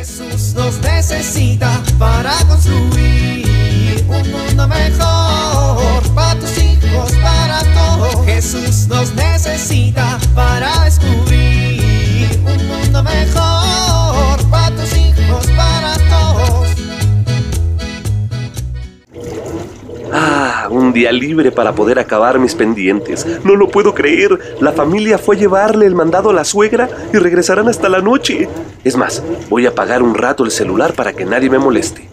Jesús nos necesita para construir un mundo mejor, para tus hijos, para todos. Jesús nos necesita para descubrir un mundo mejor, para tus hijos, para todos. Un día libre para poder acabar mis pendientes. No lo puedo creer. La familia fue a llevarle el mandado a la suegra y regresarán hasta la noche. Es más, voy a apagar un rato el celular para que nadie me moleste.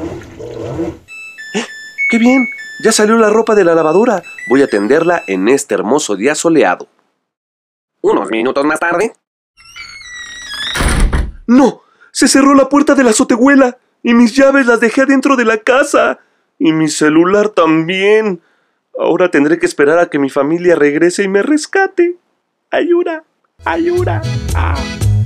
¡Qué bien! Ya salió la ropa de la lavadora. Voy a tenderla en este hermoso día soleado. Unos minutos más tarde. ¡No! Se cerró la puerta de la azotehuela y mis llaves las dejé adentro de la casa. Y mi celular también. Ahora tendré que esperar a que mi familia regrese y me rescate. ¡Ayuda! ¡Ayuda! ¡Ah!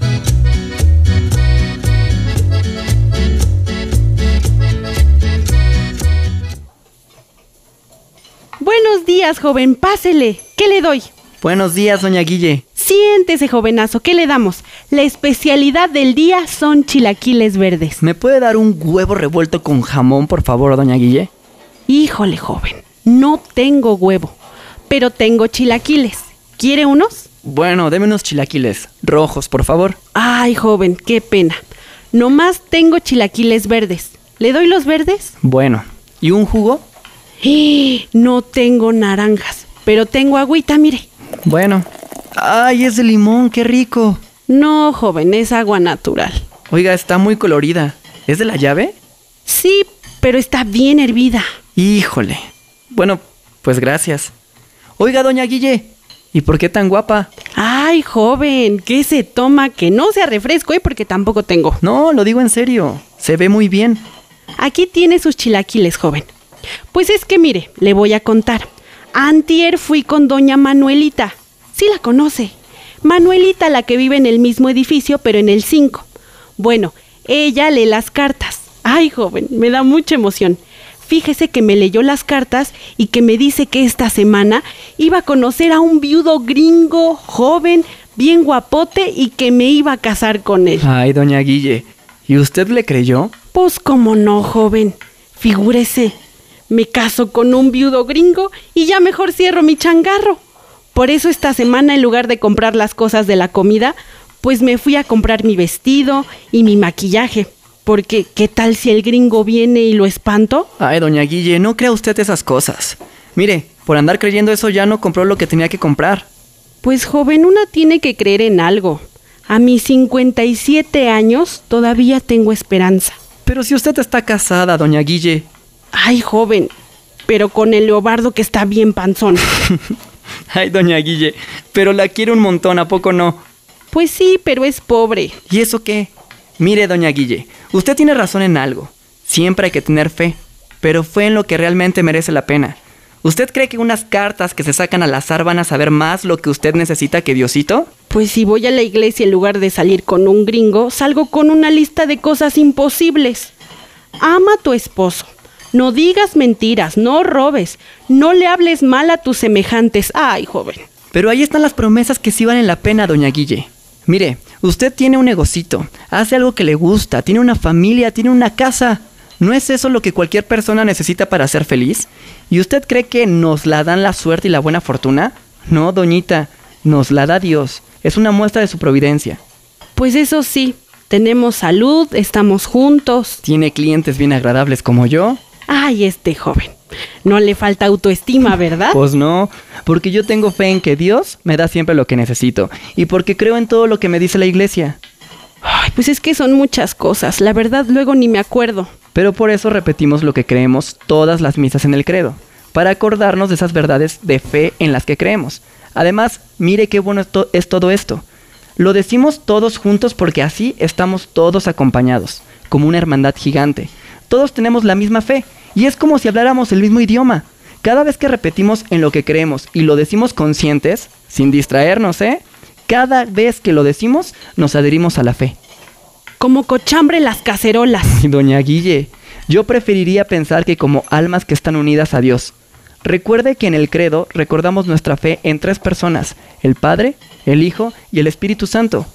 Buenos días, joven. Pásele. ¿Qué le doy? Buenos días, doña Guille. Siéntese, jovenazo. ¿Qué le damos? La especialidad del día son chilaquiles verdes. ¿Me puede dar un huevo revuelto con jamón, por favor, doña Guille? Híjole, joven. No tengo huevo, pero tengo chilaquiles. ¿Quiere unos? Bueno, deme unos chilaquiles rojos, por favor. Ay, joven, qué pena. Nomás tengo chilaquiles verdes. ¿Le doy los verdes? Bueno, ¿y un jugo? No tengo naranjas, pero tengo agüita, mire. Bueno. ¡Ay, es de limón! ¡Qué rico! No, joven, es agua natural. Oiga, está muy colorida. ¿Es de la llave? Sí, pero está bien hervida. Híjole. Bueno, pues gracias. Oiga, doña Guille, ¿y por qué tan guapa? Ay, joven, ¿qué se toma? Que no sea refresco, porque tampoco tengo. No, lo digo en serio. Se ve muy bien. Aquí tiene sus chilaquiles, joven. Pues es que mire, le voy a contar. Antier fui con doña Manuelita. Sí la conoce. Manuelita, la que vive en el mismo edificio, pero en el 5. Bueno, ella lee las cartas. Ay, joven, me da mucha emoción. Fíjese que me leyó las cartas y que me dice que esta semana iba a conocer a un viudo gringo, joven, bien guapote y que me iba a casar con él. Ay, doña Guille, ¿y usted le creyó? Pues cómo no, joven. Figúrese, me caso con un viudo gringo y ya mejor cierro mi changarro. Por eso esta semana, en lugar de comprar las cosas de la comida, pues me fui a comprar mi vestido y mi maquillaje. Porque, ¿qué tal si el gringo viene y lo espanto? Ay, doña Guille, no crea usted esas cosas. Mire, por andar creyendo eso ya no compró lo que tenía que comprar. Pues, joven, una tiene que creer en algo. A mis 57 años todavía tengo esperanza. Pero si usted está casada, doña Guille. Ay, joven, pero con el Leobardo que está bien panzón. Ay, doña Guille, pero la quiero un montón, ¿a poco no? Pues sí, pero es pobre. ¿Y eso qué? Mire, doña Guille, usted tiene razón en algo. Siempre hay que tener fe, pero fe en lo que realmente merece la pena. ¿Usted cree que unas cartas que se sacan al azar van a saber más lo que usted necesita que Diosito? Pues si voy a la iglesia en lugar de salir con un gringo, salgo con una lista de cosas imposibles. Ama a tu esposo. No digas mentiras, no robes, no le hables mal a tus semejantes. Ay, joven. Pero ahí están las promesas que sí valen la pena, doña Guille. Mire, usted tiene un negocito, hace algo que le gusta, tiene una familia, tiene una casa. ¿No es eso lo que cualquier persona necesita para ser feliz? ¿Y usted cree que nos la dan la suerte y la buena fortuna? No, doñita, nos la da Dios. Es una muestra de su providencia. Pues eso sí, tenemos salud, estamos juntos. ¿Tiene clientes bien agradables como yo? Ay, este joven. No le falta autoestima, ¿verdad? Pues no, porque yo tengo fe en que Dios me da siempre lo que necesito y porque creo en todo lo que me dice la iglesia. Ay, pues es que son muchas cosas, la verdad luego ni me acuerdo. Pero por eso repetimos lo que creemos todas las misas en el credo, para acordarnos de esas verdades de fe en las que creemos. Además, mire qué bueno es todo esto. Lo decimos todos juntos porque así estamos todos acompañados, como una hermandad gigante. Todos tenemos la misma fe. Y es como si habláramos el mismo idioma. Cada vez que repetimos en lo que creemos y lo decimos conscientes, sin distraernos, cada vez que lo decimos, nos adherimos a la fe. Como cochambre las cacerolas. Doña Guille, yo preferiría pensar que como almas que están unidas a Dios. Recuerde que en el credo recordamos nuestra fe en 3 personas, el Padre, el Hijo y el Espíritu Santo.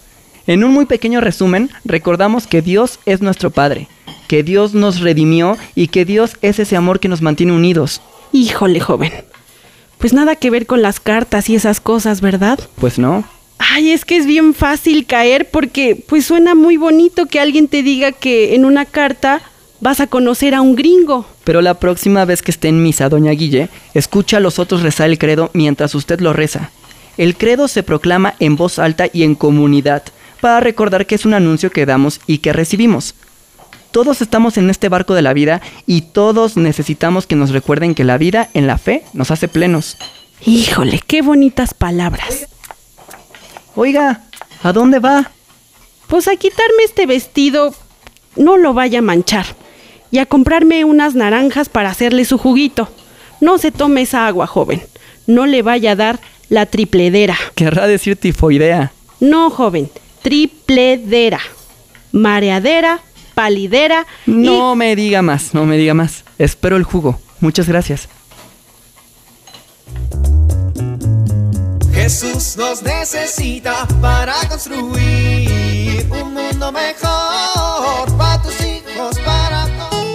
En un muy pequeño resumen, recordamos que Dios es nuestro Padre, que Dios nos redimió y que Dios es ese amor que nos mantiene unidos. Híjole, joven. Pues nada que ver con las cartas y esas cosas, ¿verdad? Pues no. Ay, es que es bien fácil caer porque pues suena muy bonito que alguien te diga que en una carta vas a conocer a un gringo. Pero la próxima vez que esté en misa, doña Guille, escucha a los otros rezar el credo mientras usted lo reza. El credo se proclama en voz alta y en comunidad, para recordar que es un anuncio que damos y que recibimos. Todos estamos en este barco de la vida y todos necesitamos que nos recuerden que la vida en la fe nos hace plenos. Híjole, qué bonitas palabras. Oiga, ¿a dónde va? Pues a quitarme este vestido, no lo vaya a manchar, y a comprarme unas naranjas para hacerle su juguito. No se tome esa agua, joven, no le vaya a dar la tripledera. Querrá decir tifoidea. No, joven, tripledera, mareadera, palidera y... No me diga más. Espero el jugo. Muchas gracias. Jesús nos necesita para construir un mundo mejor para tus hijos, para todos.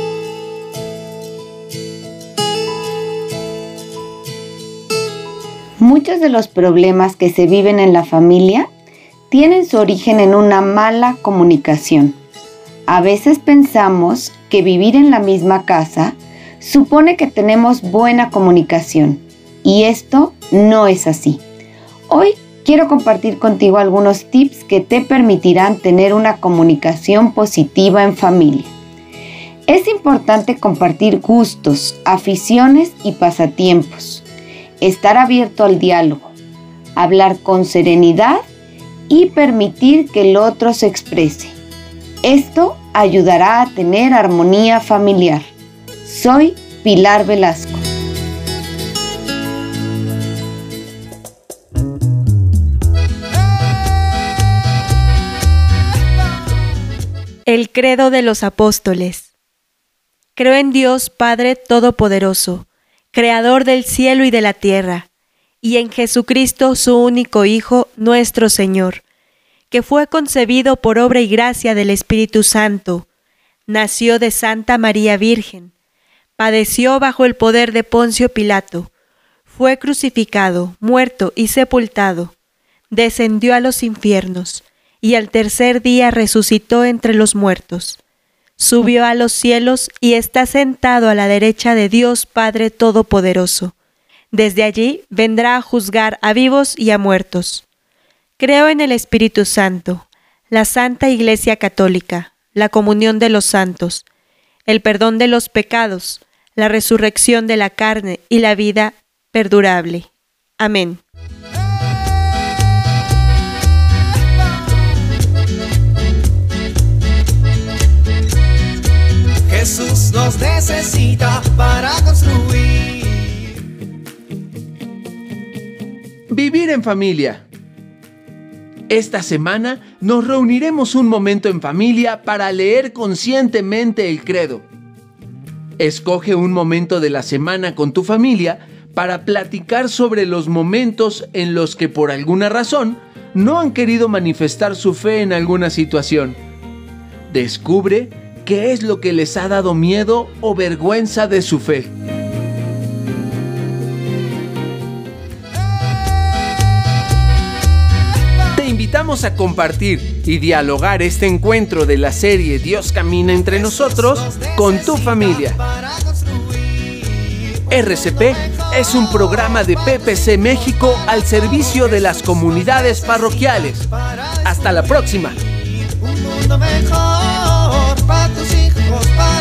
Muchos de los problemas que se viven en la familia tienen su origen en una mala comunicación. A veces pensamos que vivir en la misma casa supone que tenemos buena comunicación, y esto no es así. Hoy quiero compartir contigo algunos tips que te permitirán tener una comunicación positiva en familia. Es importante compartir gustos, aficiones y pasatiempos, estar abierto al diálogo, hablar con serenidad y permitir que el otro se exprese. Esto ayudará a tener armonía familiar. Soy Pilar Velasco. El credo de los apóstoles. Creo en Dios Padre Todopoderoso, Creador del cielo y de la tierra, y en Jesucristo su único Hijo, nuestro Señor, que fue concebido por obra y gracia del Espíritu Santo, nació de Santa María Virgen, padeció bajo el poder de Poncio Pilato, fue crucificado, muerto y sepultado, descendió a los infiernos, y al tercer día resucitó entre los muertos. Subió a los cielos y está sentado a la derecha de Dios Padre Todopoderoso. Desde allí vendrá a juzgar a vivos y a muertos. Creo en el Espíritu Santo, la Santa Iglesia Católica, la comunión de los santos, el perdón de los pecados, la resurrección de la carne y la vida perdurable. Amén. Jesús nos necesita para construir. Vivir en familia. Esta semana nos reuniremos un momento en familia para leer conscientemente el credo. Escoge un momento de la semana con tu familia para platicar sobre los momentos en los que por alguna razón no han querido manifestar su fe en alguna situación. Descubre ¿qué es lo que les ha dado miedo o vergüenza de su fe? Te invitamos a compartir y dialogar este encuentro de la serie Dios camina entre nosotros con tu familia. RCP es un programa de PPC México al servicio de las comunidades parroquiales. Hasta la próxima. Un mundo mejor para tus hijos, para